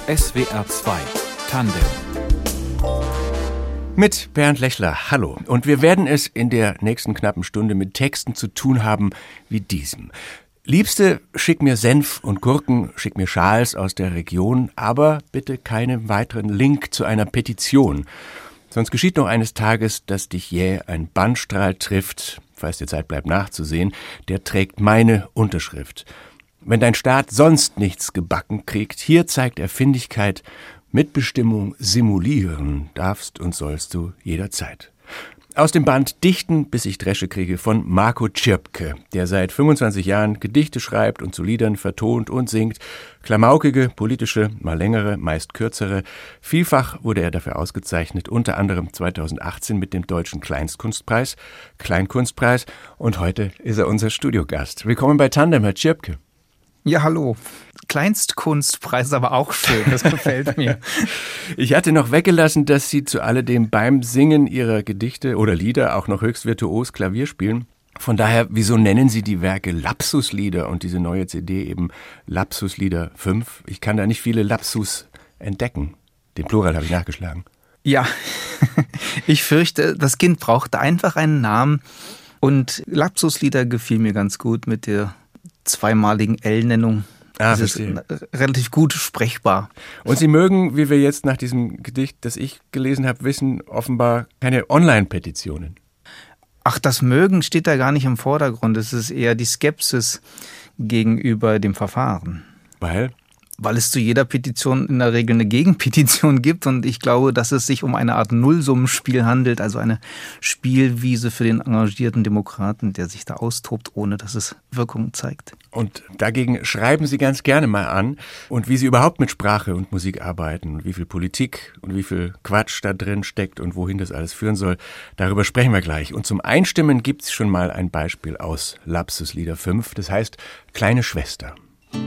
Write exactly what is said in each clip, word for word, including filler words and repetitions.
S W R zwei Tandem. Mit Bernd Lechler, hallo. Und wir werden es in der nächsten knappen Stunde mit Texten zu tun haben wie diesem. Liebste, schick mir Senf und Gurken, schick mir Schals aus der Region, aber bitte keinen weiteren Link zu einer Petition. Sonst geschieht noch eines Tages, dass dich jäh ein Bannstrahl trifft, falls dir Zeit bleibt nachzusehen, der trägt meine Unterschrift. Wenn dein Staat sonst nichts gebacken kriegt, hier zeigt er Findigkeit. Mitbestimmung simulieren darfst und sollst du jederzeit. Aus dem Band Dichten, bis ich Dresche kriege von Marco Zschirpke, der seit fünfundzwanzig Jahren Gedichte schreibt und zu Liedern vertont und singt. Klamaukige, politische, mal längere, meist kürzere. Vielfach wurde er dafür ausgezeichnet, unter anderem zweitausendachtzehn mit dem Deutschen Kleinstkunstpreis, Kleinkunstpreis. Und heute ist er unser Studiogast. Willkommen bei Tandem, Herr Zschirpke. Ja, hallo. Kleinstkunstpreis, aber auch schön, das gefällt mir. Ich hatte noch weggelassen, dass Sie zu alledem beim Singen Ihrer Gedichte oder Lieder auch noch höchst virtuos Klavier spielen. Von daher, wieso nennen Sie die Werke Lapsuslieder und diese neue C D eben Lapsuslieder fünf? Ich kann da nicht viele Lapsus entdecken. Den Plural habe ich nachgeschlagen. Ja, ich fürchte, das Kind brauchte einfach einen Namen und Lapsuslieder gefiel mir ganz gut mit der zweimaligen L-Nennung. Ah, das ist relativ gut sprechbar. Und Sie mögen, wie wir jetzt nach diesem Gedicht, das ich gelesen habe, wissen, offenbar keine Online-Petitionen. Ach, das Mögen steht da gar nicht im Vordergrund. Es ist eher die Skepsis gegenüber dem Verfahren. Weil? Weil es zu jeder Petition in der Regel eine Gegenpetition gibt und ich glaube, dass es sich um eine Art Nullsummenspiel handelt, also eine Spielwiese für den engagierten Demokraten, der sich da austobt, ohne dass es Wirkung zeigt. Und dagegen schreiben Sie ganz gerne mal an und wie Sie überhaupt mit Sprache und Musik arbeiten und wie viel Politik und wie viel Quatsch da drin steckt und wohin das alles führen soll, darüber sprechen wir gleich. Und zum Einstimmen gibt es schon mal ein Beispiel aus Lapsuslieder fünf, das heißt Kleine Schwester.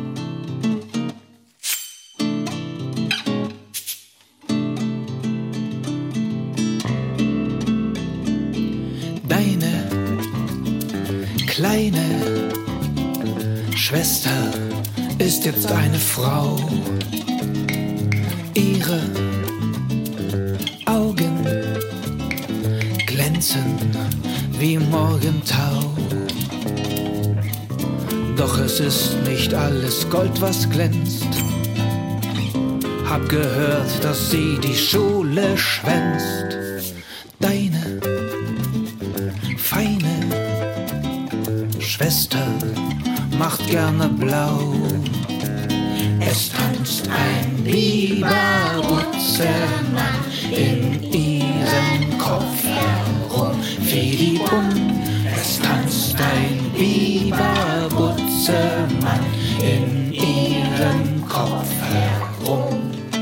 Kleine Schwester ist jetzt eine Frau. Ihre Augen glänzen wie Morgentau. Doch es ist nicht alles Gold, was glänzt. Hab gehört, dass sie die Schule schwänzt. Deine feine Schwester macht gerne blau. Es tanzt ein lieber Butzemann in ihrem Kopf herum. Fidibum, es tanzt ein lieber Butzemann in ihrem Kopf herum.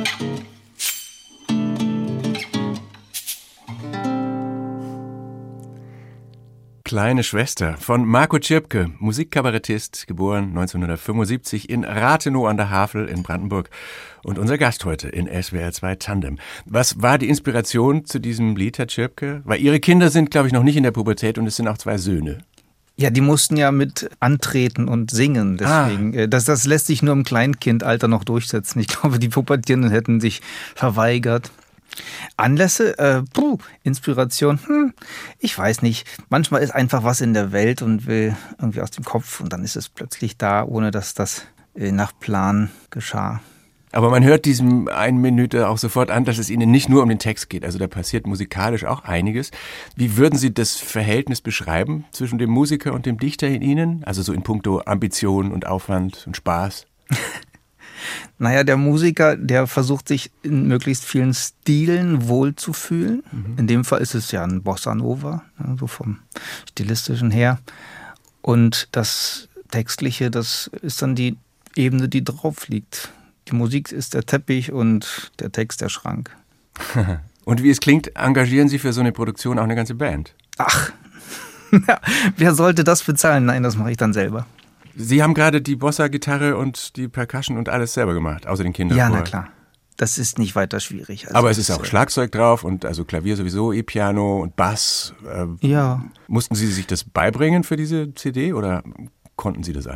Kleine Schwester von Marco Zschirpke, Musikkabarettist, geboren neunzehnhundertfünfundsiebzig in Rathenow an der Havel in Brandenburg und unser Gast heute in S W R zwei Tandem. Was war die Inspiration zu diesem Lied, Herr Zschirpke? Weil Ihre Kinder sind, glaube ich, noch nicht in der Pubertät und es sind auch zwei Söhne. Ja, die mussten ja mit antreten und singen, deswegen. Ah. Das, das lässt sich nur im Kleinkindalter noch durchsetzen. Ich glaube, die Pubertierenden hätten sich verweigert. Anlässe, äh, puh, Inspiration, hm, ich weiß nicht. Manchmal ist einfach was in der Welt und will irgendwie aus dem Kopf und dann ist es plötzlich da, ohne dass das äh, nach Plan geschah. Aber man hört diesem einen Minute auch sofort an, dass es Ihnen nicht nur um den Text geht. Also da passiert musikalisch auch einiges. Wie würden Sie das Verhältnis beschreiben zwischen dem Musiker und dem Dichter in Ihnen? Also so in puncto Ambition und Aufwand und Spaß? Naja, der Musiker, der versucht sich in möglichst vielen Stilen wohlzufühlen. Mhm. In dem Fall ist es ja ein Bossa Nova, so vom Stilistischen her. Und das Textliche, das ist dann die Ebene, die drauf liegt. Die Musik ist der Teppich und der Text der Schrank. Und wie es klingt, engagieren Sie für so eine Produktion auch eine ganze Band? Ach, wer sollte das bezahlen? Nein, das mache ich dann selber. Sie haben gerade die Bossa-Gitarre und die Percussion und alles selber gemacht, außer den Kindern. Ja, na klar. Das ist nicht weiter schwierig. Also aber es ist auch Schlagzeug drauf und also Klavier sowieso, E-Piano und Bass. Äh, ja. Mussten Sie sich das beibringen für diese C D oder konnten Sie das alles schon?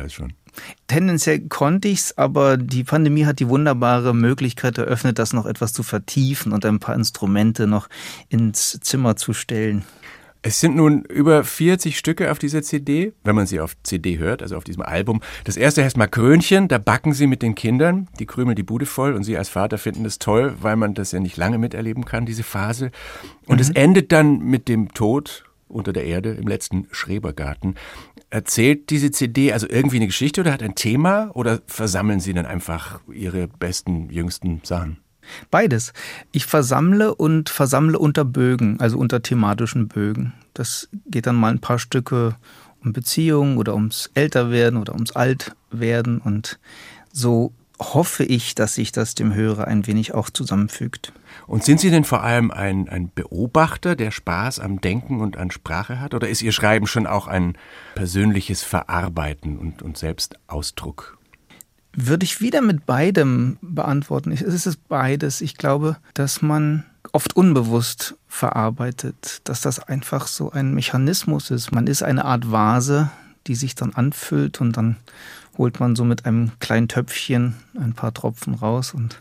Tendenziell konnte ich's, aber die Pandemie hat die wunderbare Möglichkeit eröffnet, das noch etwas zu vertiefen und ein paar Instrumente noch ins Zimmer zu stellen. Es sind nun über vierzig Stücke auf dieser C D, wenn man sie auf C D hört, also auf diesem Album. Das erste heißt Makrönchen, da backen sie mit den Kindern, die krümeln die Bude voll und sie als Vater finden das toll, weil man das ja nicht lange miterleben kann, diese Phase. Und mhm. es endet dann mit dem Tod unter der Erde im letzten Schrebergarten. Erzählt diese C D also irgendwie eine Geschichte oder hat ein Thema oder versammeln Sie dann einfach Ihre besten, jüngsten Sachen? Beides. Ich versammle und versammle unter Bögen, also unter thematischen Bögen. Das geht dann mal ein paar Stücke um Beziehungen oder ums Älterwerden oder ums Altwerden. Und so hoffe ich, dass sich das dem Hörer ein wenig auch zusammenfügt. Und sind Sie denn vor allem ein, ein Beobachter, der Spaß am Denken und an Sprache hat? Oder ist Ihr Schreiben schon auch ein persönliches Verarbeiten und, und Selbstausdruck? Würde ich wieder mit beidem beantworten. Es ist beides. Ich glaube, dass man oft unbewusst verarbeitet, dass das einfach so ein Mechanismus ist. Man ist eine Art Vase, die sich dann anfüllt und dann holt man so mit einem kleinen Töpfchen ein paar Tropfen raus und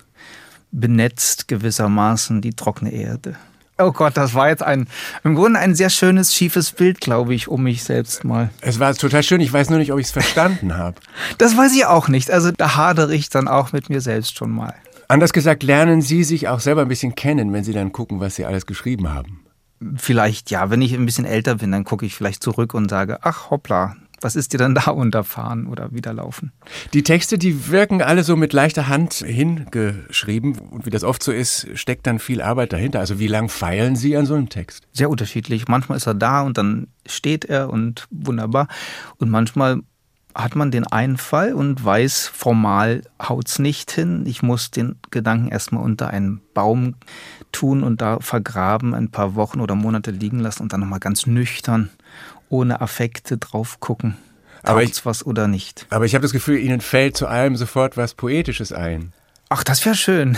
benetzt gewissermaßen die trockene Erde. Oh Gott, das war jetzt ein, im Grunde ein sehr schönes, schiefes Bild, glaube ich, um mich selbst mal. Es war total schön, ich weiß nur nicht, ob ich es verstanden habe. Das weiß ich auch nicht, also da hadere ich dann auch mit mir selbst schon mal. Anders gesagt, lernen Sie sich auch selber ein bisschen kennen, wenn Sie dann gucken, was Sie alles geschrieben haben? Vielleicht ja, wenn ich ein bisschen älter bin, dann gucke ich vielleicht zurück und sage, ach hoppla, was ist dir denn da unterfahren oder wieder laufen? Die Texte, die wirken alle so mit leichter Hand hingeschrieben. Und wie das oft so ist, steckt dann viel Arbeit dahinter. Also wie lang feilen Sie an so einem Text? Sehr unterschiedlich. Manchmal ist er da und dann steht er und wunderbar. Und manchmal hat man den Einfall und weiß, formal haut's nicht hin. Ich muss den Gedanken erstmal unter einen Baum tun und da vergraben, ein paar Wochen oder Monate liegen lassen und dann nochmal ganz nüchtern ohne Affekte drauf gucken, taugt's was oder nicht. Aber ich habe das Gefühl, Ihnen fällt zu allem sofort was Poetisches ein. Ach, das wäre schön.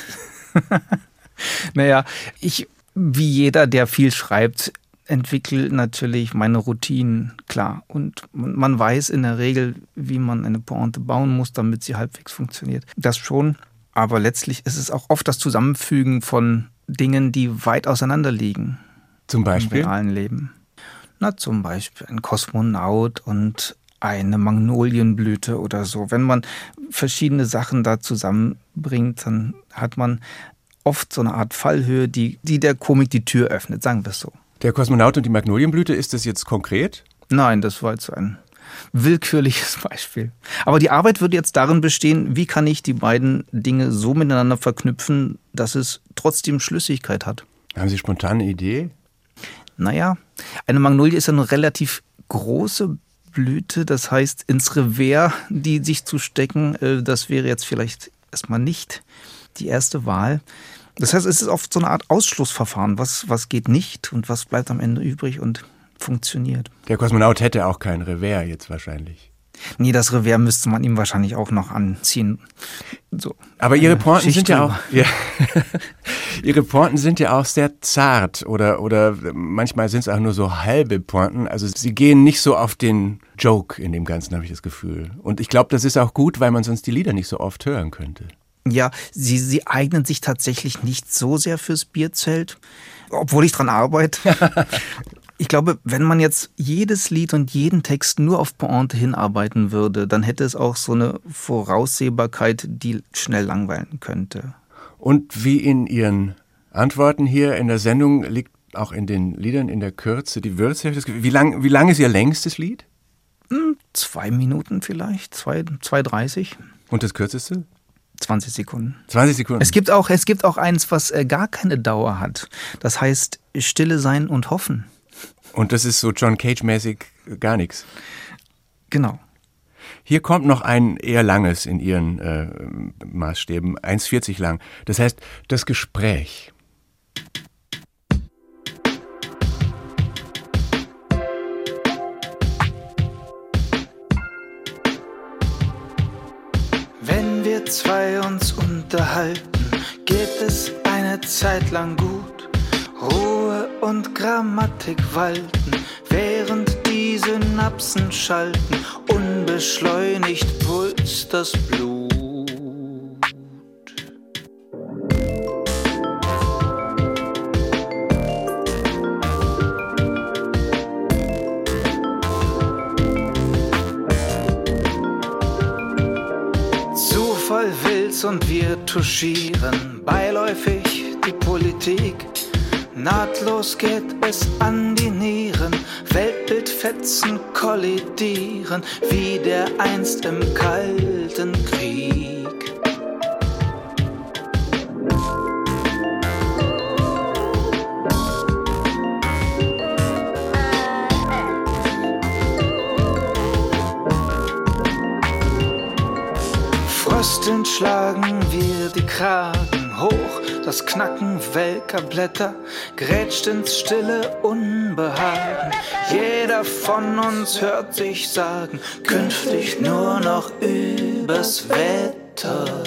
Naja, ich, wie jeder, der viel schreibt, entwickle natürlich meine Routinen, klar. Und man weiß in der Regel, wie man eine Pointe bauen muss, damit sie halbwegs funktioniert. Das schon, aber letztlich ist es auch oft das Zusammenfügen von Dingen, die weit auseinander liegen. Zum Beispiel? Im realen Leben. Na, zum Beispiel ein Kosmonaut und eine Magnolienblüte oder so. Wenn man verschiedene Sachen da zusammenbringt, dann hat man oft so eine Art Fallhöhe, die, die der Komik die Tür öffnet, sagen wir es so. Der Kosmonaut und die Magnolienblüte, ist das jetzt konkret? Nein, das war jetzt ein willkürliches Beispiel. Aber die Arbeit würde jetzt darin bestehen, wie kann ich die beiden Dinge so miteinander verknüpfen, dass es trotzdem Schlüssigkeit hat. Haben Sie spontan eine Idee? Naja, eine Magnolie ist ja eine relativ große Blüte. Das heißt, ins Revers, die sich zu stecken, das wäre jetzt vielleicht erstmal nicht die erste Wahl. Das heißt, es ist oft so eine Art Ausschlussverfahren. Was, was geht nicht und was bleibt am Ende übrig und funktioniert. Der Kosmonaut hätte auch kein Revers jetzt wahrscheinlich. Nee, das Revers müsste man ihm wahrscheinlich auch noch anziehen. So. Aber Ihre Pointen sind ja auch, ja, Ihre Pointen sind ja auch sehr zart oder, oder manchmal sind es auch nur so halbe Pointen. Also Sie gehen nicht so auf den Joke in dem Ganzen, habe ich das Gefühl. Und ich glaube, das ist auch gut, weil man sonst die Lieder nicht so oft hören könnte. Ja, sie, sie eignen sich tatsächlich nicht so sehr fürs Bierzelt, obwohl ich dran arbeite. Ich glaube, wenn man jetzt jedes Lied und jeden Text nur auf Pointe hinarbeiten würde, dann hätte es auch so eine Voraussehbarkeit, die schnell langweilen könnte. Und wie in Ihren Antworten hier in der Sendung liegt auch in den Liedern in der Kürze die Würze. Wie lang, wie lang ist Ihr längstes Lied? Hm, zwei Minuten vielleicht, zwei, zwei dreißig. Und das kürzeste? zwanzig Sekunden. zwanzig Sekunden. Es gibt auch, es gibt auch eins, was äh, gar keine Dauer hat. Das heißt, Stille sein und hoffen. Und das ist so John Cage-mäßig gar nichts. Genau. Hier kommt noch ein eher langes in Ihren äh, Maßstäben, eins vierzig lang. Das heißt, das Gespräch. Wenn wir zwei uns unterhalten, geht es eine Zeit lang gut. Ruhe und Grammatik walten, während die Synapsen schalten. Und beschleunigt pulst das Blut. Zufall will's und wir touchieren beiläufig die Politik. Nahtlos geht es an die Nieren, Weltbildfetzen kollidieren, wie der einst im Kalten Krieg. Fröstelnd schlagen wir die Kragen hoch, das Knacken welker Blätter grätscht ins stille Unbehagen. Jeder von uns hört sich sagen, künftig nur noch übers Wetter.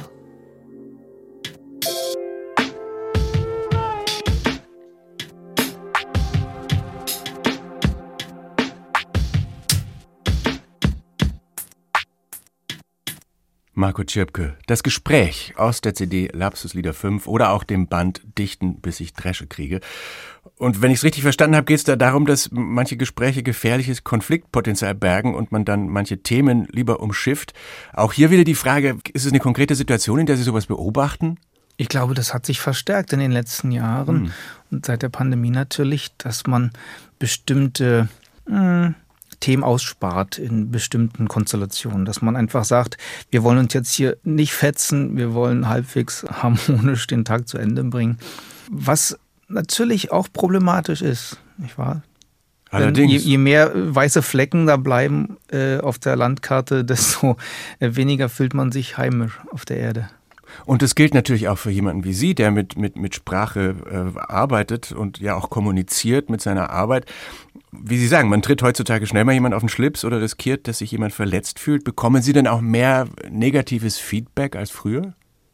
Marco Zschirpke, das Gespräch aus der C D Lapsuslieder fünf oder auch dem Band Dichten, bis ich Dresche kriege. Und wenn ich es richtig verstanden habe, geht es da darum, dass manche Gespräche gefährliches Konfliktpotenzial bergen und man dann manche Themen lieber umschifft. Auch hier wieder die Frage, ist es eine konkrete Situation, in der Sie sowas beobachten? Ich glaube, das hat sich verstärkt in den letzten Jahren hm. und seit der Pandemie natürlich, dass man bestimmte mh, Themen ausspart in bestimmten Konstellationen, dass man einfach sagt, wir wollen uns jetzt hier nicht fetzen, wir wollen halbwegs harmonisch den Tag zu Ende bringen. Was natürlich auch problematisch ist, nicht wahr? Allerdings. Je, je mehr weiße Flecken da bleiben äh, auf der Landkarte, desto äh, weniger fühlt man sich heimisch auf der Erde. Und das gilt natürlich auch für jemanden wie Sie, der mit, mit, mit Sprache äh, arbeitet und ja auch kommuniziert mit seiner Arbeit. Wie Sie sagen, man tritt heutzutage schnell mal jemand auf den Schlips oder riskiert, dass sich jemand verletzt fühlt. Bekommen Sie denn auch mehr negatives Feedback als früher?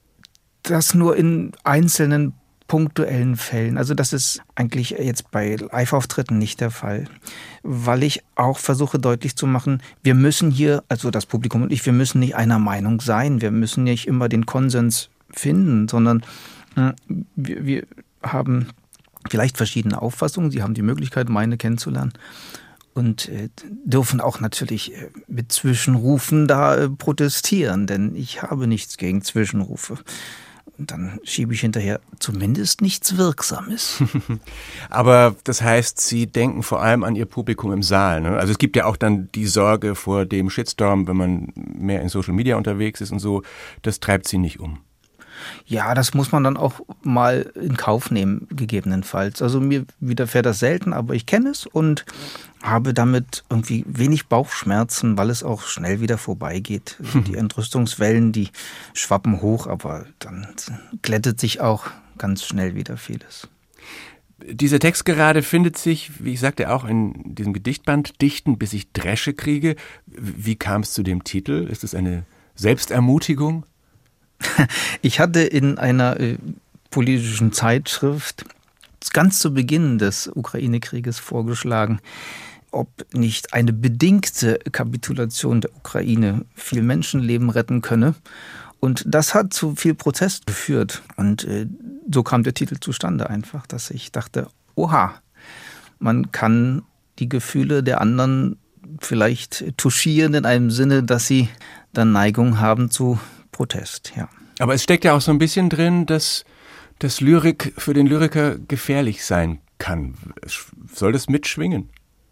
Das nur in einzelnen punktuellen Fällen. Also das ist eigentlich jetzt bei Live-Auftritten nicht der Fall, weil ich auch versuche deutlich zu machen, wir müssen hier, also das Publikum und ich, wir müssen nicht einer Meinung sein, wir müssen nicht immer den Konsens finden, sondern äh, wir, wir haben vielleicht verschiedene Auffassungen, Sie haben die Möglichkeit, meine kennenzulernen und äh, dürfen auch natürlich äh, mit Zwischenrufen da äh, protestieren, denn ich habe nichts gegen Zwischenrufe. Und dann schiebe ich hinterher zumindest nichts Wirksames. Aber das heißt, Sie denken vor allem an Ihr Publikum im Saal, ne? Also es gibt ja auch dann die Sorge vor dem Shitstorm, wenn man mehr in Social Media unterwegs ist und so. Das treibt Sie nicht um. Ja, das muss man dann auch mal in Kauf nehmen, gegebenenfalls. Also mir widerfährt das selten, aber ich kenne es und habe damit irgendwie wenig Bauchschmerzen, weil es auch schnell wieder vorbeigeht. Also die Entrüstungswellen, die schwappen hoch, aber dann glättet sich auch ganz schnell wieder vieles. Dieser Text gerade findet sich, wie ich sagte, auch in diesem Gedichtband Dichten, bis ich Dresche kriege. Wie kam es zu dem Titel? Ist es eine Selbstermutigung? Ich hatte in einer äh, politischen Zeitschrift ganz zu Beginn des Ukraine-Krieges vorgeschlagen, ob nicht eine bedingte Kapitulation der Ukraine viel Menschenleben retten könne. Und das hat zu viel Protest geführt. Und äh, so kam der Titel zustande einfach, dass ich dachte, oha, man kann die Gefühle der anderen vielleicht touchieren in einem Sinne, dass sie dann Neigung haben zu Protest, ja. Aber es steckt ja auch so ein bisschen drin, dass, dass Lyrik für den Lyriker gefährlich sein kann. Soll das mitschwingen?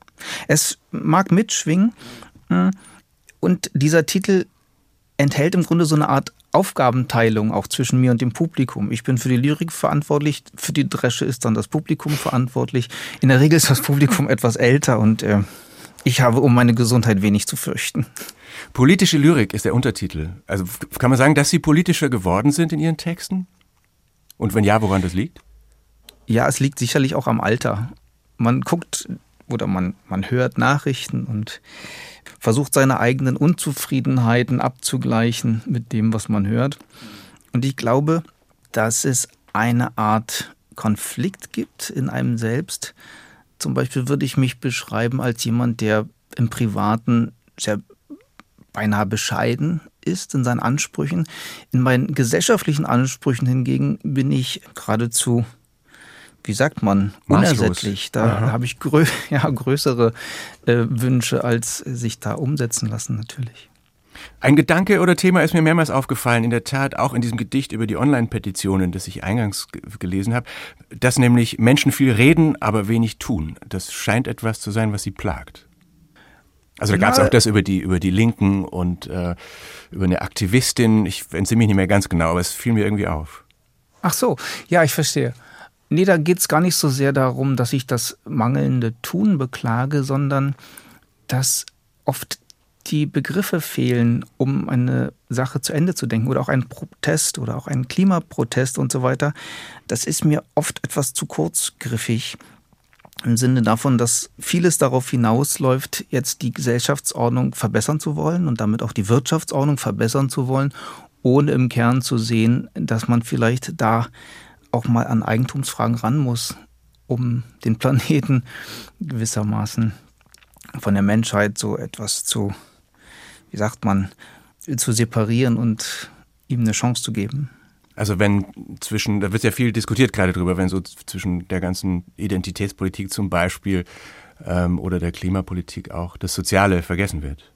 Es mag mitschwingen und dieser Titel enthält im Grunde so eine Art Aufgabenteilung auch zwischen mir und dem Publikum. Ich bin für die Lyrik verantwortlich, für die Dresche ist dann das Publikum verantwortlich. In der Regel ist das Publikum etwas älter und äh, ich habe um meine Gesundheit wenig zu fürchten. Politische Lyrik ist der Untertitel. Also kann man sagen, dass Sie politischer geworden sind in Ihren Texten? Und wenn ja, woran das liegt? Ja, es liegt sicherlich auch am Alter. Man guckt oder man, man hört Nachrichten und versucht seine eigenen Unzufriedenheiten abzugleichen mit dem, was man hört. Und ich glaube, dass es eine Art Konflikt gibt in einem selbst. Zum Beispiel würde ich mich beschreiben als jemand, der im Privaten sehr beinahe bescheiden ist in seinen Ansprüchen. In meinen gesellschaftlichen Ansprüchen hingegen bin ich geradezu, wie sagt man, unersättlich. Da Aha. habe ich grö- ja, größere äh, Wünsche, als sich da umsetzen lassen natürlich. Ein Gedanke oder Thema ist mir mehrmals aufgefallen, in der Tat auch in diesem Gedicht über die Online-Petitionen, das ich eingangs g- gelesen habe, dass nämlich Menschen viel reden, aber wenig tun. Das scheint etwas zu sein, was sie plagt. Also da gab es auch das über die, über die Linken und äh, über eine Aktivistin. Ich entsinne mich nicht mehr ganz genau, aber es fiel mir irgendwie auf. Ach so, ja, ich verstehe. Nee, da geht es gar nicht so sehr darum, dass ich das mangelnde Tun beklage, sondern dass oft die Begriffe fehlen, um eine Sache zu Ende zu denken oder auch ein Protest oder auch ein Klimaprotest und so weiter. Das ist mir oft etwas zu kurzgriffig im Sinne davon, dass vieles darauf hinausläuft, jetzt die Gesellschaftsordnung verbessern zu wollen und damit auch die Wirtschaftsordnung verbessern zu wollen, ohne im Kern zu sehen, dass man vielleicht da auch mal an Eigentumsfragen ran muss, um den Planeten gewissermaßen von der Menschheit so etwas zu, wie sagt man, zu separieren und ihm eine Chance zu geben. Also wenn zwischen, da wird ja viel diskutiert gerade drüber, wenn so zwischen der ganzen Identitätspolitik zum Beispiel ähm, oder der Klimapolitik auch das Soziale vergessen wird.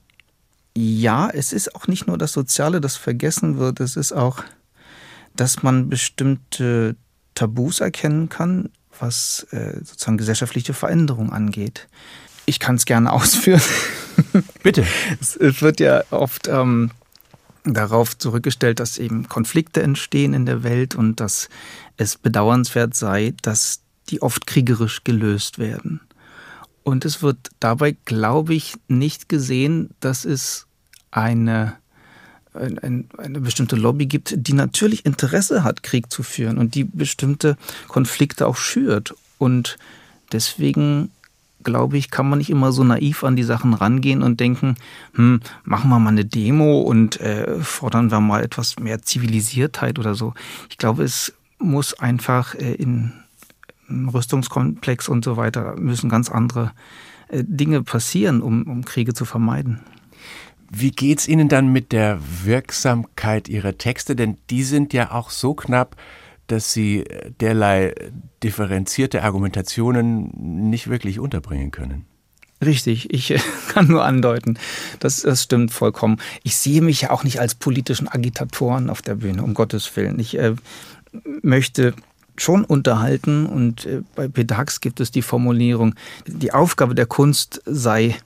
Ja, es ist auch nicht nur das Soziale, das vergessen wird, es ist auch, dass man bestimmte Tabus erkennen kann, was äh, sozusagen gesellschaftliche Veränderung angeht. Ich kann es gerne ausführen. Bitte. Es wird ja oft ähm, darauf zurückgestellt, dass eben Konflikte entstehen in der Welt und dass es bedauernswert sei, dass die oft kriegerisch gelöst werden. Und es wird dabei, glaube ich, nicht gesehen, dass es eine, eine, eine bestimmte Lobby gibt, die natürlich Interesse hat, Krieg zu führen und die bestimmte Konflikte auch schürt. Und deswegen, glaube ich, kann man nicht immer so naiv an die Sachen rangehen und denken, hm, machen wir mal eine Demo und äh, fordern wir mal etwas mehr Zivilisiertheit oder so. Ich glaube, es muss einfach äh, in im Rüstungskomplex und so weiter müssen ganz andere äh, Dinge passieren, um, um Kriege zu vermeiden. Wie geht's Ihnen dann mit der Wirksamkeit Ihrer Texte? Denn die sind ja auch so knapp, dass Sie derlei differenzierte Argumentationen nicht wirklich unterbringen können. Richtig, ich äh, kann nur andeuten, das, das stimmt vollkommen. Ich sehe mich ja auch nicht als politischen Agitatoren auf der Bühne, um Gottes Willen. Ich äh, möchte schon unterhalten und äh, bei Pedax gibt es die Formulierung, die Aufgabe der Kunst sei,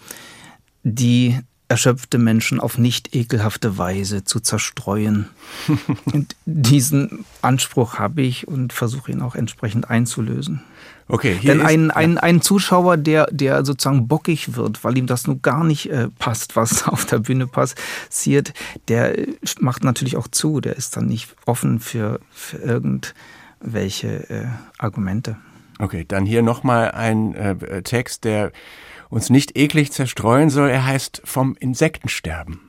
die erschöpfte Menschen auf nicht ekelhafte Weise zu zerstreuen. Und diesen Anspruch habe ich und versuche ihn auch entsprechend einzulösen. Okay, hier Denn ist, ein, ja. ein, ein Zuschauer, der, der sozusagen bockig wird, weil ihm das nun gar nicht äh, passt, was auf der Bühne passiert, der macht natürlich auch zu. Der ist dann nicht offen für, für irgendwelche äh, Argumente. Okay, dann hier nochmal ein äh, Text, der uns nicht eklig zerstreuen soll. Er heißt Vom Insektensterben.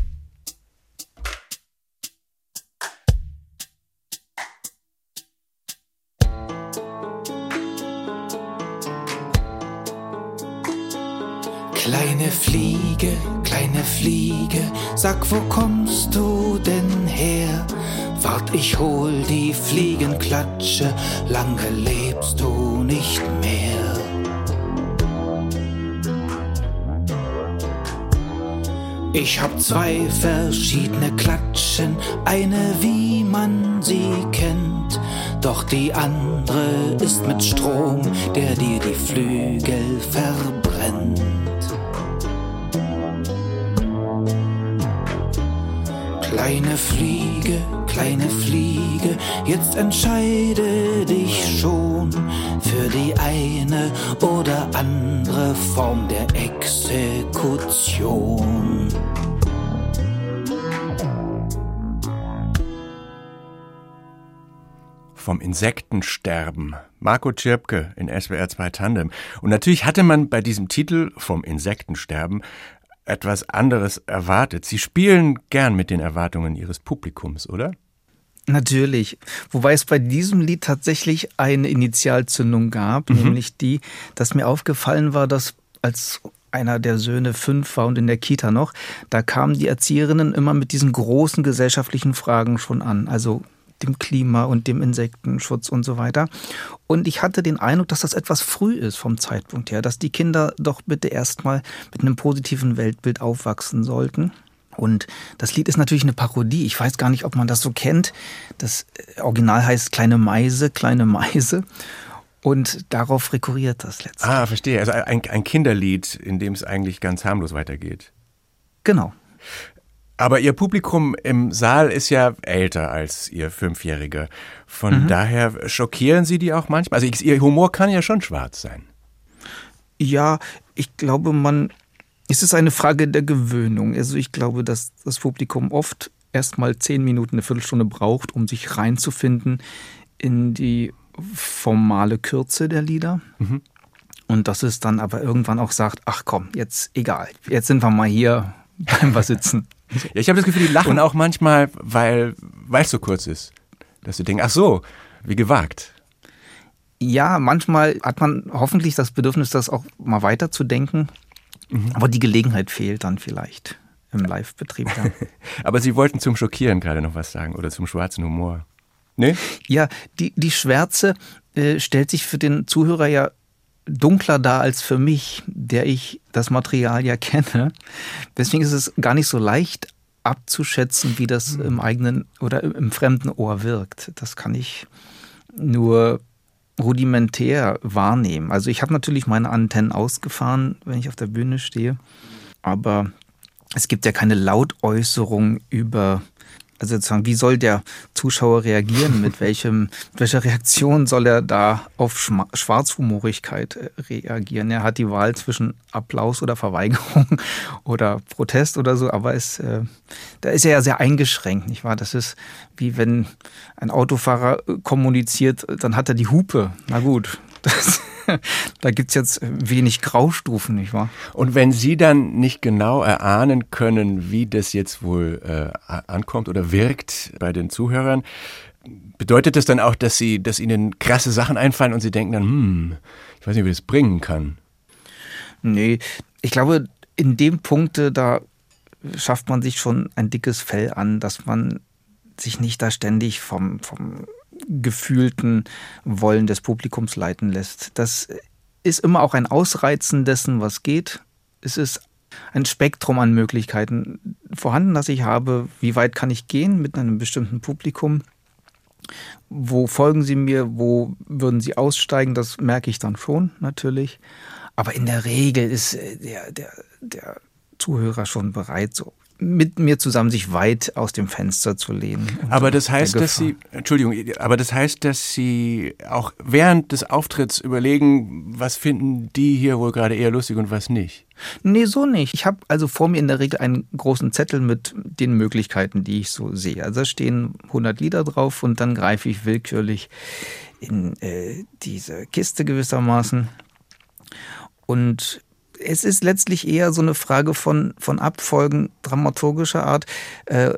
Kleine Fliege, kleine Fliege, sag, wo kommst du denn her? Wart, ich hol die Fliegenklatsche, lange lebst du nicht mehr. Ich hab zwei verschiedene Klatschen, eine wie man sie kennt, doch die andere ist mit Strom, der dir die Flügel verbrennt. Kleine Fliege, kleine Fliege, jetzt entscheide dich schon für die eine oder andere Form der Exekution. Vom Insektensterben. Marco Zschirpke in S W R zwei Tandem. Und natürlich hatte man bei diesem Titel Vom Insektensterben etwas anderes erwartet. Sie spielen gern mit den Erwartungen Ihres Publikums, oder? Natürlich. Wobei es bei diesem Lied tatsächlich eine Initialzündung gab, mhm. nämlich die, dass mir aufgefallen war, dass als einer der Söhne fünf war und in der Kita noch, da kamen die Erzieherinnen immer mit diesen großen gesellschaftlichen Fragen schon an, also dem Klima und dem Insektenschutz und so weiter. Und ich hatte den Eindruck, dass das etwas früh ist vom Zeitpunkt her, dass die Kinder doch bitte erstmal mit einem positiven Weltbild aufwachsen sollten. Und das Lied ist natürlich eine Parodie. Ich weiß gar nicht, ob man das so kennt. Das Original heißt Kleine Meise, kleine Meise. Und darauf rekurriert das letztlich. Ah, verstehe. Also ein, ein Kinderlied, in dem es eigentlich ganz harmlos weitergeht. Genau. Aber Ihr Publikum im Saal ist ja älter als Ihr Fünfjähriger. Von mhm. daher schockieren Sie die auch manchmal? Also Ihr Humor kann ja schon schwarz sein. Ja, ich glaube, man, es ist eine Frage der Gewöhnung. Also ich glaube, dass das Publikum oft erst mal zehn Minuten, eine Viertelstunde braucht, um sich reinzufinden in die formale Kürze der Lieder. Mhm. Und dass es dann aber irgendwann auch sagt, ach komm, jetzt egal, jetzt sind wir mal hier, bleiben wir sitzen. Ja, ich habe das Gefühl, die lachen auch manchmal, weil es so kurz ist. Dass sie denken, ach so, wie gewagt. Ja, manchmal hat man hoffentlich das Bedürfnis, das auch mal weiterzudenken. Mhm. Aber die Gelegenheit fehlt dann vielleicht im Live-Betrieb. Ja. Aber Sie wollten zum Schockieren gerade noch was sagen oder zum schwarzen Humor. Nee? Ja, die, die Schwärze äh, stellt sich für den Zuhörer ja dunkler dar als für mich, der ich das Material ja kenne. Deswegen ist es gar nicht so leicht abzuschätzen, wie das mhm. im eigenen oder im fremden Ohr wirkt. Das kann ich nur rudimentär wahrnehmen. Also ich habe natürlich meine Antennen ausgefahren, wenn ich auf der Bühne stehe, aber es gibt ja keine Lautäußerung über, also sozusagen, wie soll der Zuschauer reagieren, mit welchem, mit welcher Reaktion soll er da auf Schwarzhumorigkeit reagieren? Er hat die Wahl zwischen Applaus oder Verweigerung oder Protest oder so, aber es, äh, da ist er ja sehr eingeschränkt, nicht wahr? Das ist wie wenn ein Autofahrer kommuniziert, dann hat er die Hupe. Na gut, das, da gibt es jetzt wenig Graustufen, nicht wahr? Und wenn Sie dann nicht genau erahnen können, wie das jetzt wohl äh, ankommt oder wirkt bei den Zuhörern, bedeutet das dann auch, dass Sie, dass Ihnen krasse Sachen einfallen und Sie denken dann, hm, ich weiß nicht, wie das bringen kann? Nee, ich glaube, in dem Punkte, da schafft man sich schon ein dickes Fell an, dass man sich nicht da ständig vom, vom gefühlten Wollen des Publikums leiten lässt. Das ist immer auch ein Ausreizen dessen, was geht. Es ist ein Spektrum an Möglichkeiten vorhanden, das ich habe. Wie weit kann ich gehen mit einem bestimmten Publikum? Wo folgen sie mir? Wo würden sie aussteigen? Das merke ich dann schon natürlich. Aber in der Regel ist der, der, der Zuhörer schon bereit, so mit mir zusammen sich weit aus dem Fenster zu lehnen. Aber das heißt, dass Sie, Entschuldigung, aber das heißt, dass Sie auch während des Auftritts überlegen, was finden die hier wohl gerade eher lustig und was nicht? Nee, so nicht. Ich habe also vor mir in der Regel einen großen Zettel mit den Möglichkeiten, die ich so sehe. Also da stehen hundert Lieder drauf und dann greife ich willkürlich in äh, diese Kiste gewissermaßen. Und es ist letztlich eher so eine Frage von, von Abfolgen dramaturgischer Art. Äh,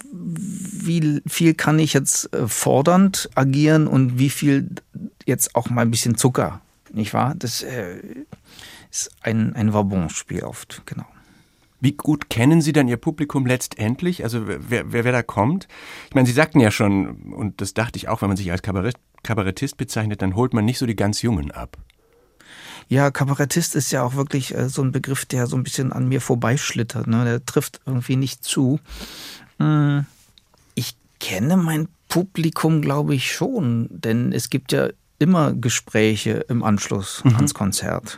wie viel kann ich jetzt äh, fordernd agieren und wie viel jetzt auch mal ein bisschen Zucker, nicht wahr? Das äh, ist ein, ein Vabon-Spiel oft, genau. Wie gut kennen Sie dann Ihr Publikum letztendlich? Also wer, wer, wer da kommt? Ich meine, Sie sagten ja schon, und das dachte ich auch, wenn man sich als Kabarett, Kabarettist bezeichnet, dann holt man nicht so die ganz Jungen ab. Ja, Kabarettist ist ja auch wirklich äh, so ein Begriff, der so ein bisschen an mir vorbeischlittert. Ne? Der trifft irgendwie nicht zu. Hm. Ich kenne mein Publikum, glaube ich, schon. Denn es gibt ja immer Gespräche im Anschluss mhm. ans Konzert.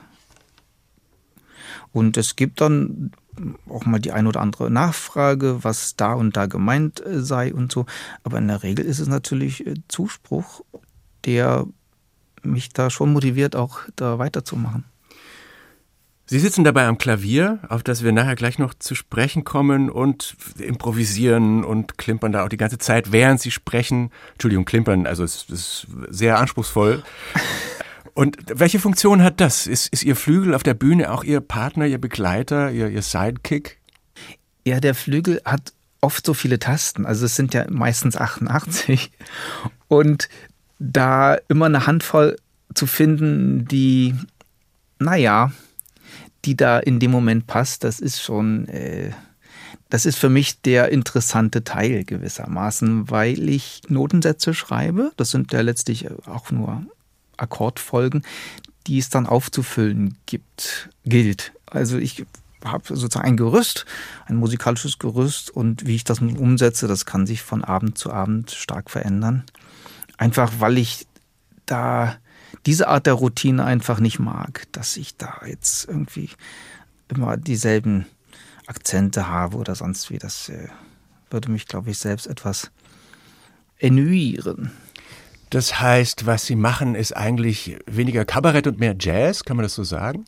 Und es gibt dann auch mal die ein oder andere Nachfrage, was da und da gemeint sei und so. Aber in der Regel ist es natürlich Zuspruch, der mich da schon motiviert, auch da weiterzumachen. Sie sitzen dabei am Klavier, auf das wir nachher gleich noch zu sprechen kommen und improvisieren und klimpern da auch die ganze Zeit, während Sie sprechen. Entschuldigung, klimpern, also es ist sehr anspruchsvoll. Und welche Funktion hat das? Ist, ist Ihr Flügel auf der Bühne auch Ihr Partner, Ihr Begleiter, Ihr, Ihr Sidekick? Ja, der Flügel hat oft so viele Tasten. Also es sind ja meistens achtundachtzig. Und da immer eine Handvoll zu finden, die, naja, die da in dem Moment passt, das ist schon, äh, das ist für mich der interessante Teil gewissermaßen, weil ich Notensätze schreibe. Das sind ja letztlich auch nur Akkordfolgen, die es dann aufzufüllen gibt, gilt. Also ich habe sozusagen ein Gerüst, ein musikalisches Gerüst, und wie ich das nun umsetze, das kann sich von Abend zu Abend stark verändern. Einfach weil ich da diese Art der Routine einfach nicht mag, dass ich da jetzt irgendwie immer dieselben Akzente habe oder sonst wie. Das äh, würde mich, glaube ich, selbst etwas ennuyieren. Das heißt, was Sie machen, ist eigentlich weniger Kabarett und mehr Jazz, kann man das so sagen?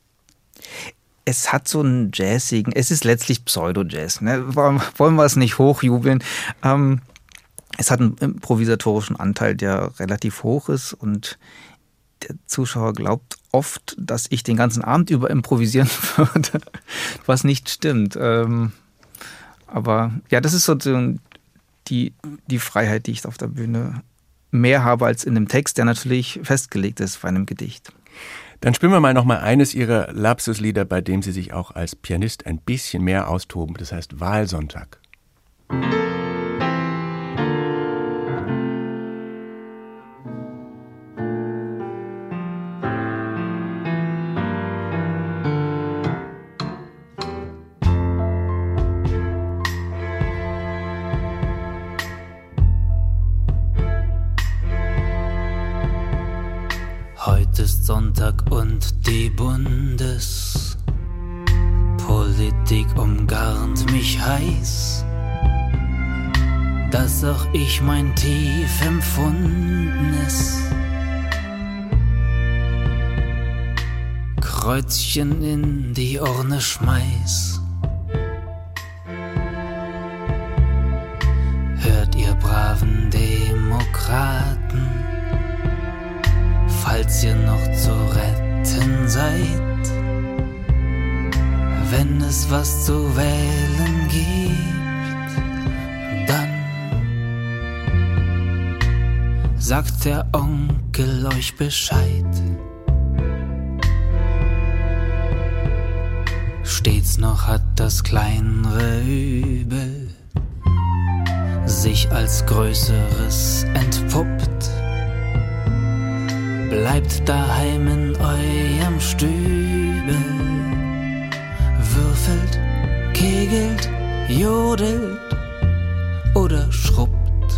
Es hat so einen jazzigen, es ist letztlich Pseudo-Jazz, ne? Wollen wir es nicht hochjubeln. Ähm, es hat einen improvisatorischen Anteil, der relativ hoch ist, und der Zuschauer glaubt oft, dass ich den ganzen Abend über improvisieren würde, was nicht stimmt. Ähm, aber ja, das ist so die, die Freiheit, die ich auf der Bühne mehr habe als in dem Text, der natürlich festgelegt ist bei einem Gedicht. Dann spielen wir mal noch mal eines Ihrer Lapsuslieder, bei dem Sie sich auch als Pianist ein bisschen mehr austoben. Das heißt Wahlsonntag. Heute ist Sonntag und die Bundespolitik umgarnt mich heiß, dass auch ich mein tief empfundenes Kreuzchen in die Urne schmeiß. Hört ihr braven Demokraten, falls ihr noch zu retten seid, wenn es was zu wählen gibt, dann sagt der Onkel euch Bescheid. Stets noch hat das kleinere Übel sich als größeres entpuppt. Bleibt daheim in eurem Stübel, würfelt, kegelt, jodelt oder schrubbt.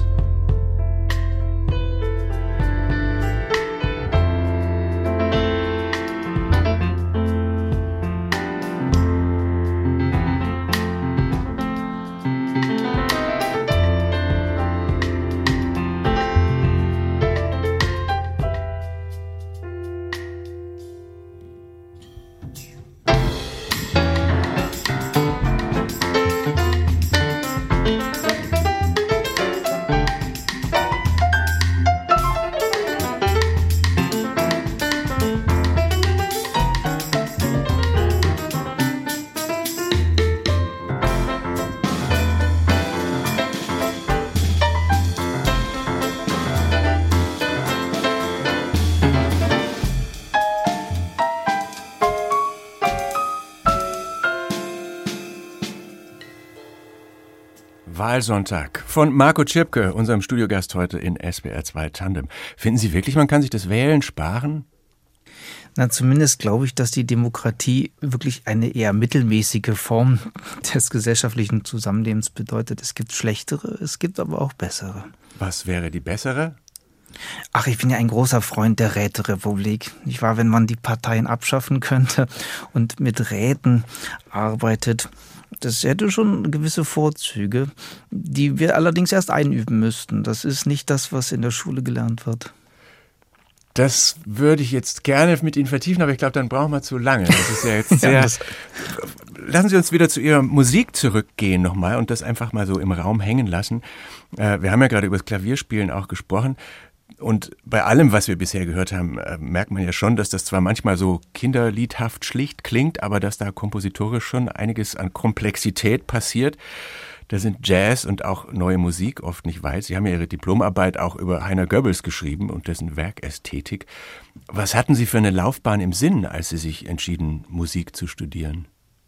Wahlsonntag von Marco Zschipke, unserem Studiogast heute in S W R zwei Tandem. Finden Sie wirklich, man kann sich das Wählen sparen? Na, zumindest glaube ich, dass die Demokratie wirklich eine eher mittelmäßige Form des gesellschaftlichen Zusammenlebens bedeutet. Es gibt schlechtere, es gibt aber auch bessere. Was wäre die bessere? Ach, ich bin ja ein großer Freund der Räterepublik. Nicht wahr, wenn man die Parteien abschaffen könnte und mit Räten arbeitet. Das hätte schon gewisse Vorzüge, die wir allerdings erst einüben müssten. Das ist nicht das, was in der Schule gelernt wird. Das würde ich jetzt gerne mit Ihnen vertiefen, aber ich glaube, dann brauchen wir zu lange. Das ist ja jetzt sehr... ja, Lassen Sie uns wieder zu Ihrer Musik zurückgehen nochmal und das einfach mal so im Raum hängen lassen. Wir haben ja gerade über das Klavierspielen auch gesprochen. Und bei allem, was wir bisher gehört haben, merkt man ja schon, dass das zwar manchmal so kinderliedhaft schlicht klingt, aber dass da kompositorisch schon einiges an Komplexität passiert. Da sind Jazz und auch neue Musik oft nicht weit. Sie haben ja Ihre Diplomarbeit auch über Heiner Goebbels geschrieben und dessen Werkästhetik. Was hatten Sie für eine Laufbahn im Sinn, als Sie sich entschieden, Musik zu studieren?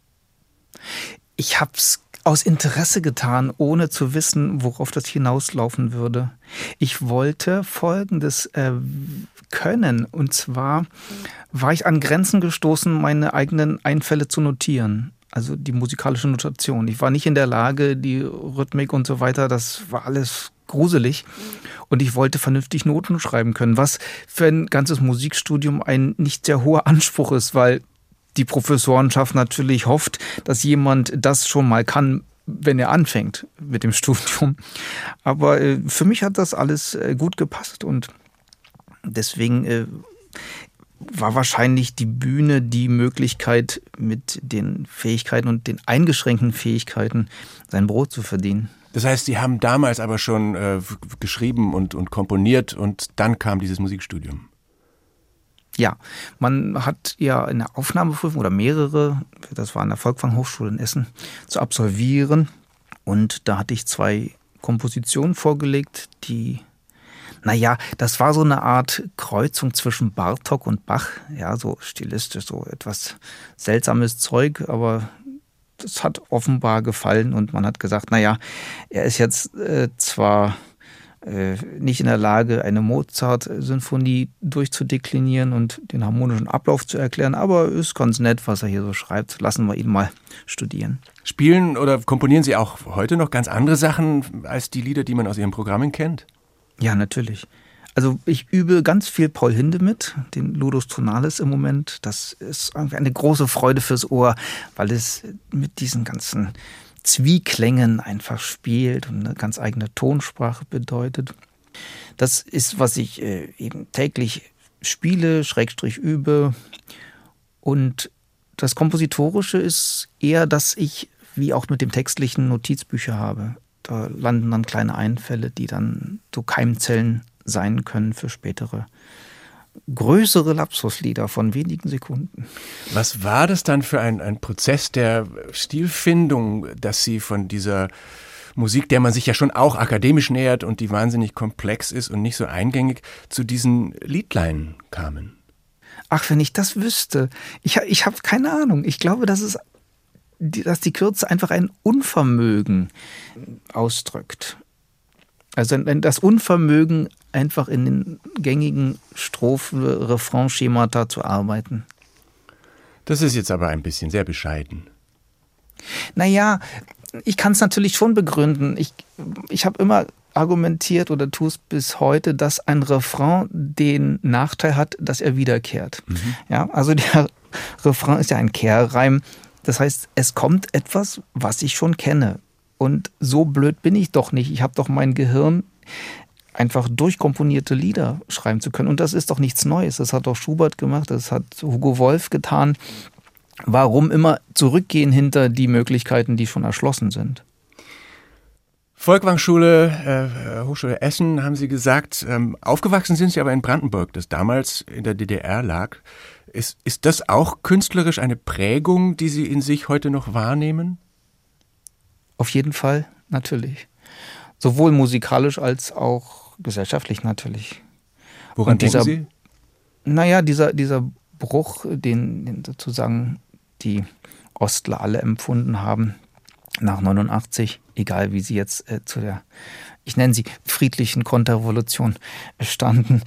Ich habe es aus Interesse getan, ohne zu wissen, worauf das hinauslaufen würde. Ich wollte Folgendes äh, können. Und zwar war ich an Grenzen gestoßen, meine eigenen Einfälle zu notieren. Also die musikalische Notation. Ich war nicht in der Lage, die Rhythmik und so weiter, das war alles gruselig. Und ich wollte vernünftig Noten schreiben können, was für ein ganzes Musikstudium ein nicht sehr hoher Anspruch ist, weil die Professorenschaft natürlich hofft, dass jemand das schon mal kann, wenn er anfängt mit dem Studium. Aber äh, für mich hat das alles äh, gut gepasst und deswegen äh, war wahrscheinlich die Bühne die Möglichkeit, mit den Fähigkeiten und den eingeschränkten Fähigkeiten sein Brot zu verdienen. Das heißt, Sie haben damals aber schon äh, geschrieben und, und komponiert und dann kam dieses Musikstudium. Ja, man hat ja eine Aufnahmeprüfung oder mehrere, das war an der Volkwang Hochschule in Essen, zu absolvieren. Und da hatte ich zwei Kompositionen vorgelegt, die, naja, das war so eine Art Kreuzung zwischen Bartók und Bach. Ja, so stilistisch, so etwas seltsames Zeug, aber das hat offenbar gefallen. Und man hat gesagt, naja, er ist jetzt äh, zwar nicht in der Lage, eine Mozart-Sinfonie durchzudeklinieren und den harmonischen Ablauf zu erklären, aber ist ganz nett, was er hier so schreibt. Lassen wir ihn mal studieren. Spielen oder komponieren Sie auch heute noch ganz andere Sachen als die Lieder, die man aus Ihren Programmen kennt? Ja, natürlich. Also ich übe ganz viel Paul Hindemith, den Ludus Tonalis im Moment. Das ist irgendwie eine große Freude fürs Ohr, weil es mit diesen ganzen Zwieklängen einfach spielt und eine ganz eigene Tonsprache bedeutet. Das ist, was ich äh, eben täglich spiele, Schrägstrich übe. Und das Kompositorische ist eher, dass ich, wie auch mit dem Textlichen, Notizbücher habe. Da landen dann kleine Einfälle, die dann so Keimzellen sein können für spätere größere Lapsuslieder von wenigen Sekunden. Was war das dann für ein, ein Prozess der Stilfindung, dass Sie von dieser Musik, der man sich ja schon auch akademisch nähert und die wahnsinnig komplex ist und nicht so eingängig, zu diesen Liedlein kamen? Ach, wenn ich das wüsste. Ich, ich habe keine Ahnung. Ich glaube, dass, es, dass die Kürze einfach ein Unvermögen ausdrückt. Also das Unvermögen, einfach in den gängigen Strophen-Refrain-Schemata zu arbeiten. Das ist jetzt aber ein bisschen sehr bescheiden. Naja, ich kann es natürlich schon begründen. Ich, ich habe immer argumentiert oder tue es bis heute, dass ein Refrain den Nachteil hat, dass er wiederkehrt. Mhm. Ja, also der Refrain ist ja ein Kehrreim. Das heißt, es kommt etwas, was ich schon kenne. Und so blöd bin ich doch nicht. Ich habe doch mein Gehirn, einfach durchkomponierte Lieder schreiben zu können. Und das ist doch nichts Neues. Das hat doch Schubert gemacht, das hat Hugo Wolf getan. Warum immer zurückgehen hinter die Möglichkeiten, die schon erschlossen sind? Folkwang-Schule, äh, Hochschule Essen, haben Sie gesagt. Ähm, aufgewachsen sind Sie aber in Brandenburg, das damals in der D D R lag. Ist, ist das auch künstlerisch eine Prägung, die Sie in sich heute noch wahrnehmen? Auf jeden Fall, natürlich. Sowohl musikalisch als auch gesellschaftlich natürlich. Woran Und dieser, denken Sie? Naja, dieser, dieser Bruch, den, den sozusagen die Ostler alle empfunden haben, nach neunundachtzig, egal wie sie jetzt äh, zu der, ich nenne sie, friedlichen Konterrevolution standen,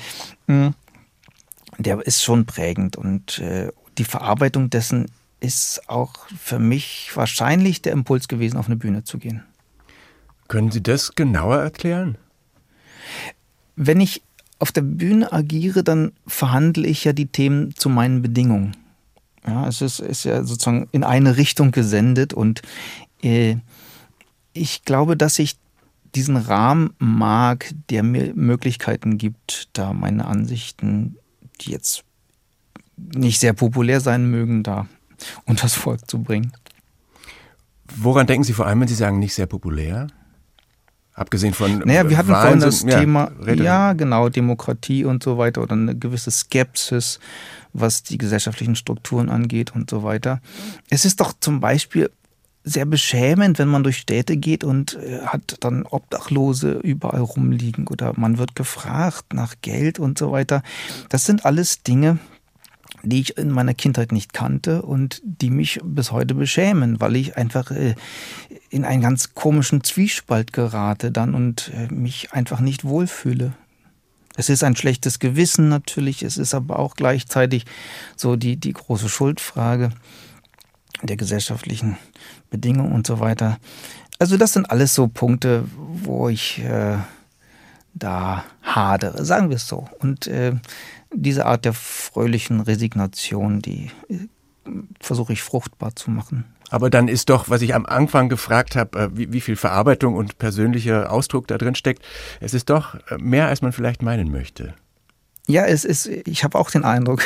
der ist schon prägend. Und äh, die Verarbeitung dessen ist auch für mich wahrscheinlich der Impuls gewesen, auf eine Bühne zu gehen. Können Sie das genauer erklären? Wenn ich auf der Bühne agiere, dann verhandle ich ja die Themen zu meinen Bedingungen. Ja, es ist, ist ja sozusagen in eine Richtung gesendet und äh, ich glaube, dass ich diesen Rahmen mag, der mir Möglichkeiten gibt, da meine Ansichten, die jetzt nicht sehr populär sein mögen, da unters Volk zu bringen. Woran denken Sie vor allem, wenn Sie sagen, nicht sehr populär? Abgesehen von Naja, wir hatten vorhin das ja, Thema, Rede. ja genau, Demokratie und so weiter oder eine gewisse Skepsis, was die gesellschaftlichen Strukturen angeht und so weiter. Es ist doch zum Beispiel sehr beschämend, wenn man durch Städte geht und äh, hat dann Obdachlose überall rumliegen oder man wird gefragt nach Geld und so weiter. Das sind alles Dinge, die ich in meiner Kindheit nicht kannte und die mich bis heute beschämen, weil ich einfach äh, in einen ganz komischen Zwiespalt gerate dann und äh, mich einfach nicht wohlfühle. Es ist ein schlechtes Gewissen natürlich, es ist aber auch gleichzeitig so die, die große Schuldfrage der gesellschaftlichen Bedingungen und so weiter. Also das sind alles so Punkte, wo ich äh, da hadere, sagen wir es so. Und äh, diese Art der fröhlichen Resignation, die äh, versuche ich fruchtbar zu machen. Aber dann ist doch, was ich am Anfang gefragt habe, wie, wie viel Verarbeitung und persönlicher Ausdruck da drin steckt, es ist doch mehr, als man vielleicht meinen möchte. Ja, es ist, ich habe auch den Eindruck.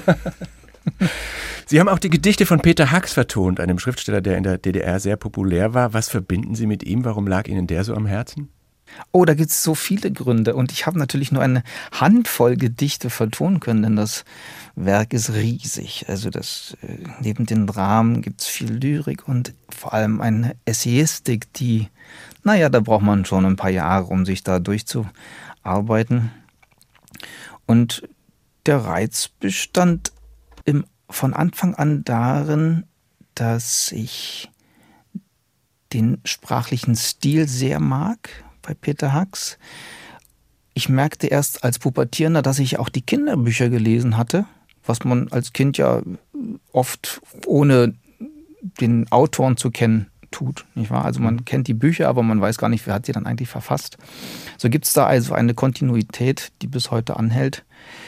Sie haben auch die Gedichte von Peter Hacks vertont, einem Schriftsteller, der in der D D R sehr populär war. Was verbinden Sie mit ihm? Warum lag Ihnen der so am Herzen? Oh, da gibt es so viele Gründe und ich habe natürlich nur eine Handvoll Gedichte vertonen können, denn das Werk ist riesig. Also das, äh, neben den Dramen gibt es viel Lyrik und vor allem eine Essayistik, die, naja, da braucht man schon ein paar Jahre, um sich da durchzuarbeiten. Und der Reiz bestand im, von Anfang an darin, dass ich den sprachlichen Stil sehr mag bei Peter Hacks. Ich merkte erst als Pubertierender, dass ich auch die Kinderbücher gelesen hatte, was man als Kind ja oft ohne den Autoren zu kennen tut, nicht wahr? Also man kennt die Bücher, aber man weiß gar nicht, wer hat sie dann eigentlich verfasst. So gibt es da also eine Kontinuität, die bis heute anhält.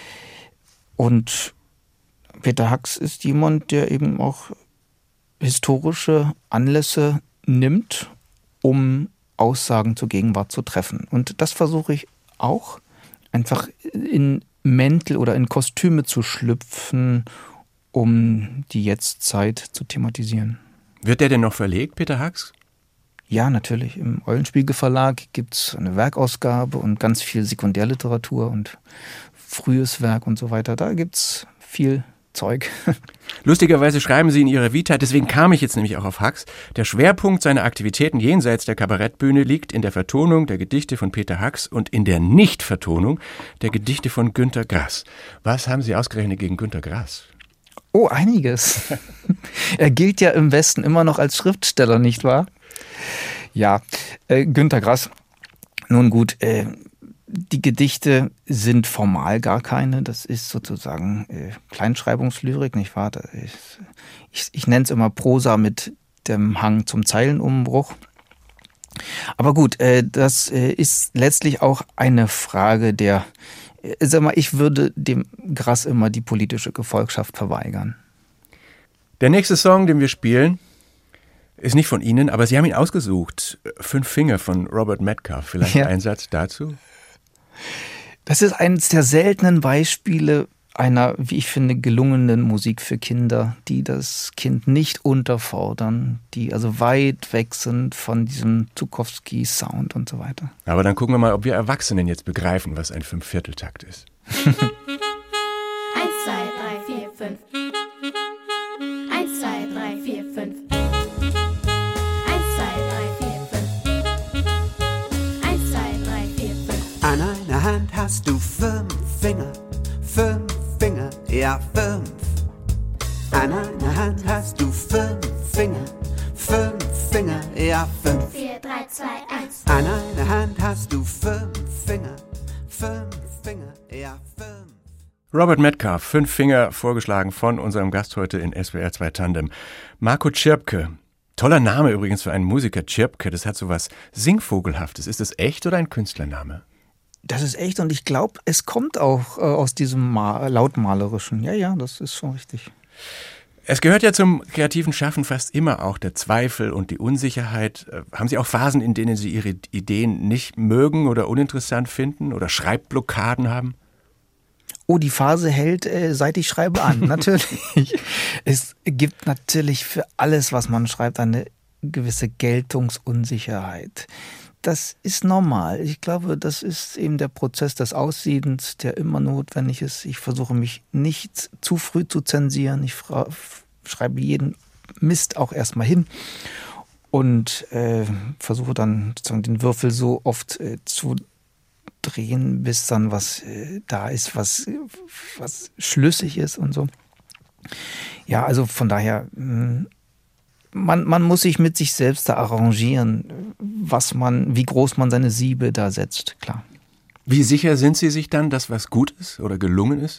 Und Peter Hacks ist jemand, der eben auch historische Anlässe nimmt, um Aussagen zur Gegenwart zu treffen. Und das versuche ich auch, einfach in Mäntel oder in Kostüme zu schlüpfen, um die Jetztzeit zu thematisieren. Wird der denn noch verlegt, Peter Hacks? Ja, natürlich. Im Eulenspiegel Verlag gibt es eine Werkausgabe und ganz viel Sekundärliteratur und frühes Werk und so weiter. Da gibt es viel Zeug. Lustigerweise schreiben Sie in Ihrer Vita, deswegen kam ich jetzt nämlich auch auf Hacks, der Schwerpunkt seiner Aktivitäten jenseits der Kabarettbühne liegt in der Vertonung der Gedichte von Peter Hacks und in der Nichtvertonung der Gedichte von Günter Grass. Was haben Sie ausgerechnet gegen Günter Grass? Oh, einiges. Er gilt ja im Westen immer noch als Schriftsteller, nicht wahr? Ja, äh, Günter Grass, nun gut, äh, die Gedichte sind formal gar keine, das ist sozusagen äh, Kleinschreibungslyrik, nicht wahr? Das ist, ich ich nenne es immer Prosa mit dem Hang zum Zeilenumbruch. Aber gut, äh, das äh, ist letztlich auch eine Frage der, äh, sag mal, ich würde dem Grass immer die politische Gefolgschaft verweigern. Der nächste Song, den wir spielen, ist nicht von Ihnen, aber Sie haben ihn ausgesucht. Fünf Finger von Robert Metcalfe. Vielleicht Ja. ein Satz dazu? Das ist eines der seltenen Beispiele einer, wie ich finde, gelungenen Musik für Kinder, die das Kind nicht unterfordern, die also weit weg sind von diesem Zukowski-Sound und so weiter. Aber dann gucken wir mal, ob wir Erwachsenen jetzt begreifen, was ein Fünfvierteltakt ist. Eins, zwei, drei, vier, fünf. Eins, zwei, drei, vier, fünf. Eins, zwei, drei, vier, fünf. Eins, zwei, drei, vier, fünf. An einer Hand hast du fünf Finger, fünf Finger, ja fünf. An einer Hand hast du fünf Finger, fünf Finger, ja fünf. Vier, drei, zwei, eins. An einer Hand hast du fünf Finger, fünf Finger, ja fünf. Robert Metcalfe, Fünf Finger, vorgeschlagen von unserem Gast heute in S W R zwei Tandem. Marco Zschirpke. Toller Name übrigens für einen Musiker, Zschirpke. Das hat so was Singvogelhaftes. Ist das echt oder ein Künstlername? Das ist echt und ich glaube, es kommt auch äh, aus diesem Ma- Lautmalerischen. Ja, ja, das ist schon richtig. Es gehört ja zum kreativen Schaffen fast immer auch der Zweifel und die Unsicherheit. Äh, Haben Sie auch Phasen, in denen Sie Ihre Ideen nicht mögen oder uninteressant finden oder Schreibblockaden haben? Oh, die Phase hält, äh, seit ich schreibe, an, natürlich. Es gibt natürlich für alles, was man schreibt, eine gewisse Geltungsunsicherheit. Das ist normal. Ich glaube, das ist eben der Prozess des Aussiedens, der immer notwendig ist. Ich versuche mich nicht zu früh zu zensieren. Ich fra- schreibe jeden Mist auch erstmal hin. und äh, versuche dann sozusagen den Würfel so oft äh, zu drehen, bis dann was äh, da ist, was, was schlüssig ist und so. Ja, also von daher, mh, man, man muss sich mit sich selbst da arrangieren, was man, wie groß man seine Siebe da setzt, klar. Wie sicher sind Sie sich dann, dass was gut ist oder gelungen ist?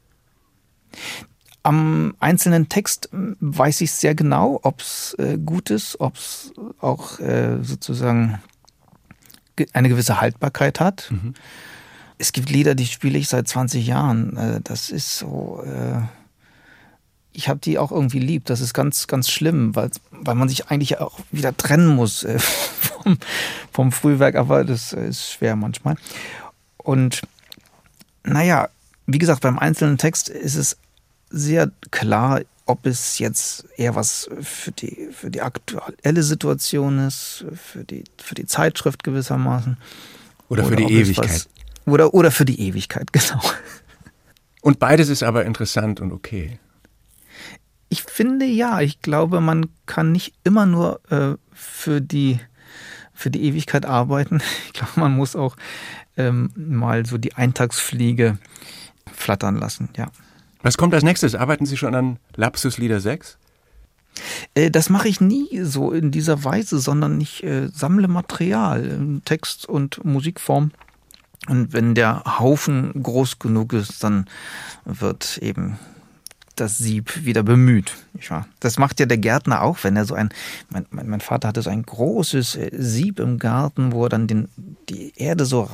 Am einzelnen Text weiß ich sehr genau, ob es äh, gut ist, ob es auch äh, sozusagen ge- eine gewisse Haltbarkeit hat. Mhm. Es gibt Lieder, die spiele ich seit zwanzig Jahren. Äh, das ist so, äh, ich habe die auch irgendwie lieb. Das ist ganz, ganz schlimm, weil, weil man sich eigentlich auch wieder trennen muss äh, vom, vom Frühwerk, aber das ist schwer manchmal. Und naja, wie gesagt, beim einzelnen Text ist es sehr klar, ob es jetzt eher was für die, für die aktuelle Situation ist, für die, für die Zeitschrift gewissermaßen. Oder für oder die Ewigkeit. Was, oder, oder für die Ewigkeit, genau. Und beides ist aber interessant und okay. Ich finde ja, ich glaube, man kann nicht immer nur äh, für die, für die Ewigkeit arbeiten. Ich glaube, man muss auch ähm, mal so die Eintagsfliege flattern lassen, ja. Was kommt als nächstes? Arbeiten Sie schon an Lapsus Lieder sechs? Äh, das mache ich nie so in dieser Weise, sondern ich äh, sammle Material in Text und Musikform. Und wenn der Haufen groß genug ist, dann wird eben das Sieb wieder bemüht. Das macht ja der Gärtner auch, wenn er so ein, mein, mein Vater hatte so ein großes Sieb im Garten, wo er dann den, die Erde so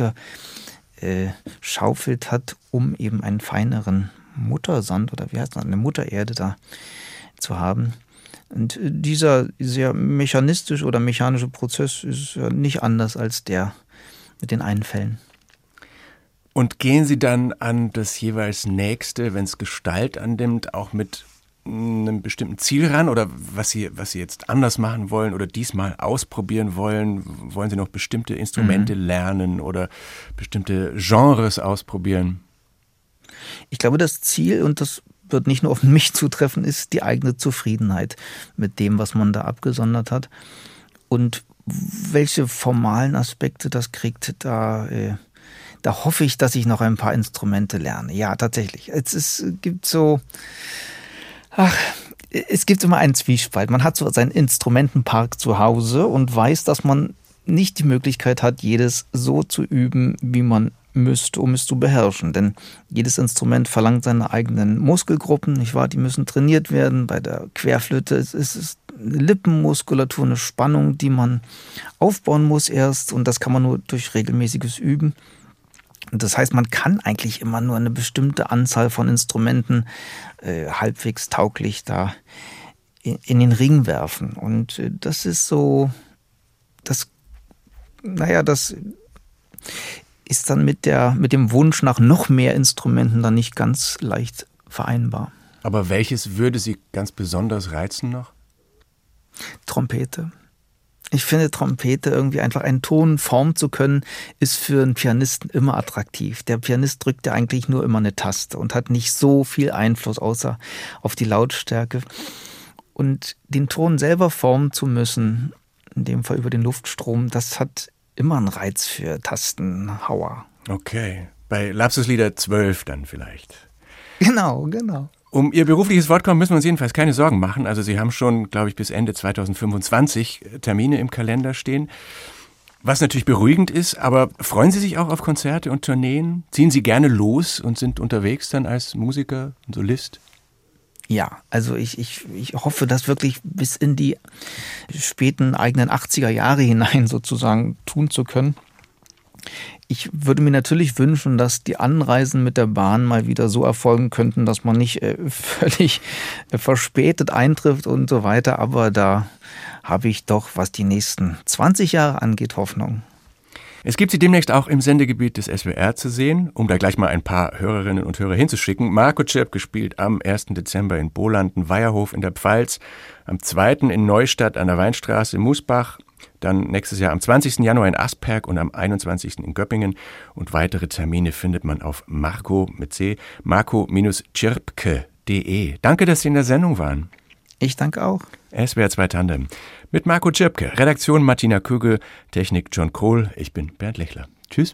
raufgeschaufelt hat, um eben einen feineren Muttersand oder wie heißt das, eine Muttererde da zu haben. Und dieser sehr mechanistische oder mechanische Prozess ist ja nicht anders als der mit den Einfällen. Und gehen Sie dann an das jeweils Nächste, wenn es Gestalt annimmt, auch mit einem bestimmten Ziel ran oder was Sie, was Sie jetzt anders machen wollen oder diesmal ausprobieren wollen? Wollen Sie noch bestimmte Instrumente mhm. lernen oder bestimmte Genres ausprobieren? Ich glaube, das Ziel, und das wird nicht nur auf mich zutreffen, ist die eigene Zufriedenheit mit dem, was man da abgesondert hat. Und welche formalen Aspekte das kriegt, da, äh, da hoffe ich, dass ich noch ein paar Instrumente lerne. Ja, tatsächlich. Es, ist, es gibt so, ach, es gibt immer einen Zwiespalt. Man hat so seinen Instrumentenpark zu Hause und weiß, dass man nicht die Möglichkeit hat, jedes so zu üben, wie man müsste, um es zu beherrschen. Denn jedes Instrument verlangt seine eigenen Muskelgruppen, nicht wahr? Die müssen trainiert werden. Bei der Querflöte ist es eine Lippenmuskulatur, eine Spannung, die man aufbauen muss erst. Und das kann man nur durch regelmäßiges Üben. Und das heißt, man kann eigentlich immer nur eine bestimmte Anzahl von Instrumenten äh, halbwegs tauglich da in, in den Ring werfen. Und äh, das ist so, das, naja, das ist dann mit, der, mit dem Wunsch nach noch mehr Instrumenten dann nicht ganz leicht vereinbar. Aber welches würde Sie ganz besonders reizen noch? Trompete. Ich finde, Trompete irgendwie einfach einen Ton formen zu können, ist für einen Pianisten immer attraktiv. Der Pianist drückt ja eigentlich nur immer eine Taste und hat nicht so viel Einfluss außer auf die Lautstärke. Und den Ton selber formen zu müssen, in dem Fall über den Luftstrom, das hat immer einen Reiz für Tastenhauer. Okay, bei Lapsus Lieder zwölf dann vielleicht. Genau, genau. Um Ihr berufliches Fortkommen müssen wir uns jedenfalls keine Sorgen machen. Also Sie haben schon, glaube ich, bis Ende zweitausendfünfundzwanzig Termine im Kalender stehen. Was natürlich beruhigend ist, aber freuen Sie sich auch auf Konzerte und Tourneen? Ziehen Sie gerne los und sind unterwegs dann als Musiker und Solist? Ja, also ich, ich, ich hoffe, das wirklich bis in die späten eigenen achtziger Jahre hinein sozusagen tun zu können. Ich würde mir natürlich wünschen, dass die Anreisen mit der Bahn mal wieder so erfolgen könnten, dass man nicht äh, völlig äh, verspätet eintrifft und so weiter. Aber da habe ich doch, was die nächsten zwanzig Jahre angeht, Hoffnung. Es gibt sie demnächst auch im Sendegebiet des S W R zu sehen, um da gleich mal ein paar Hörerinnen und Hörer hinzuschicken. Marco Czerp gespielt am ersten Dezember in Bolanden, Weierhof in der Pfalz, am zweiten in Neustadt an der Weinstraße, Musbach, dann nächstes Jahr am zwanzigsten Januar in Asperg und am einundzwanzigsten in Göppingen. Und weitere Termine findet man auf Marco mit C, marco Bindestrich czerpke punkt de. Danke, dass Sie in der Sendung waren. Ich danke auch. S W R zwei Tandem mit Marco Zschöpke, Redaktion Martina Kögel, Technik John Kohl. Ich bin Bernd Lechler.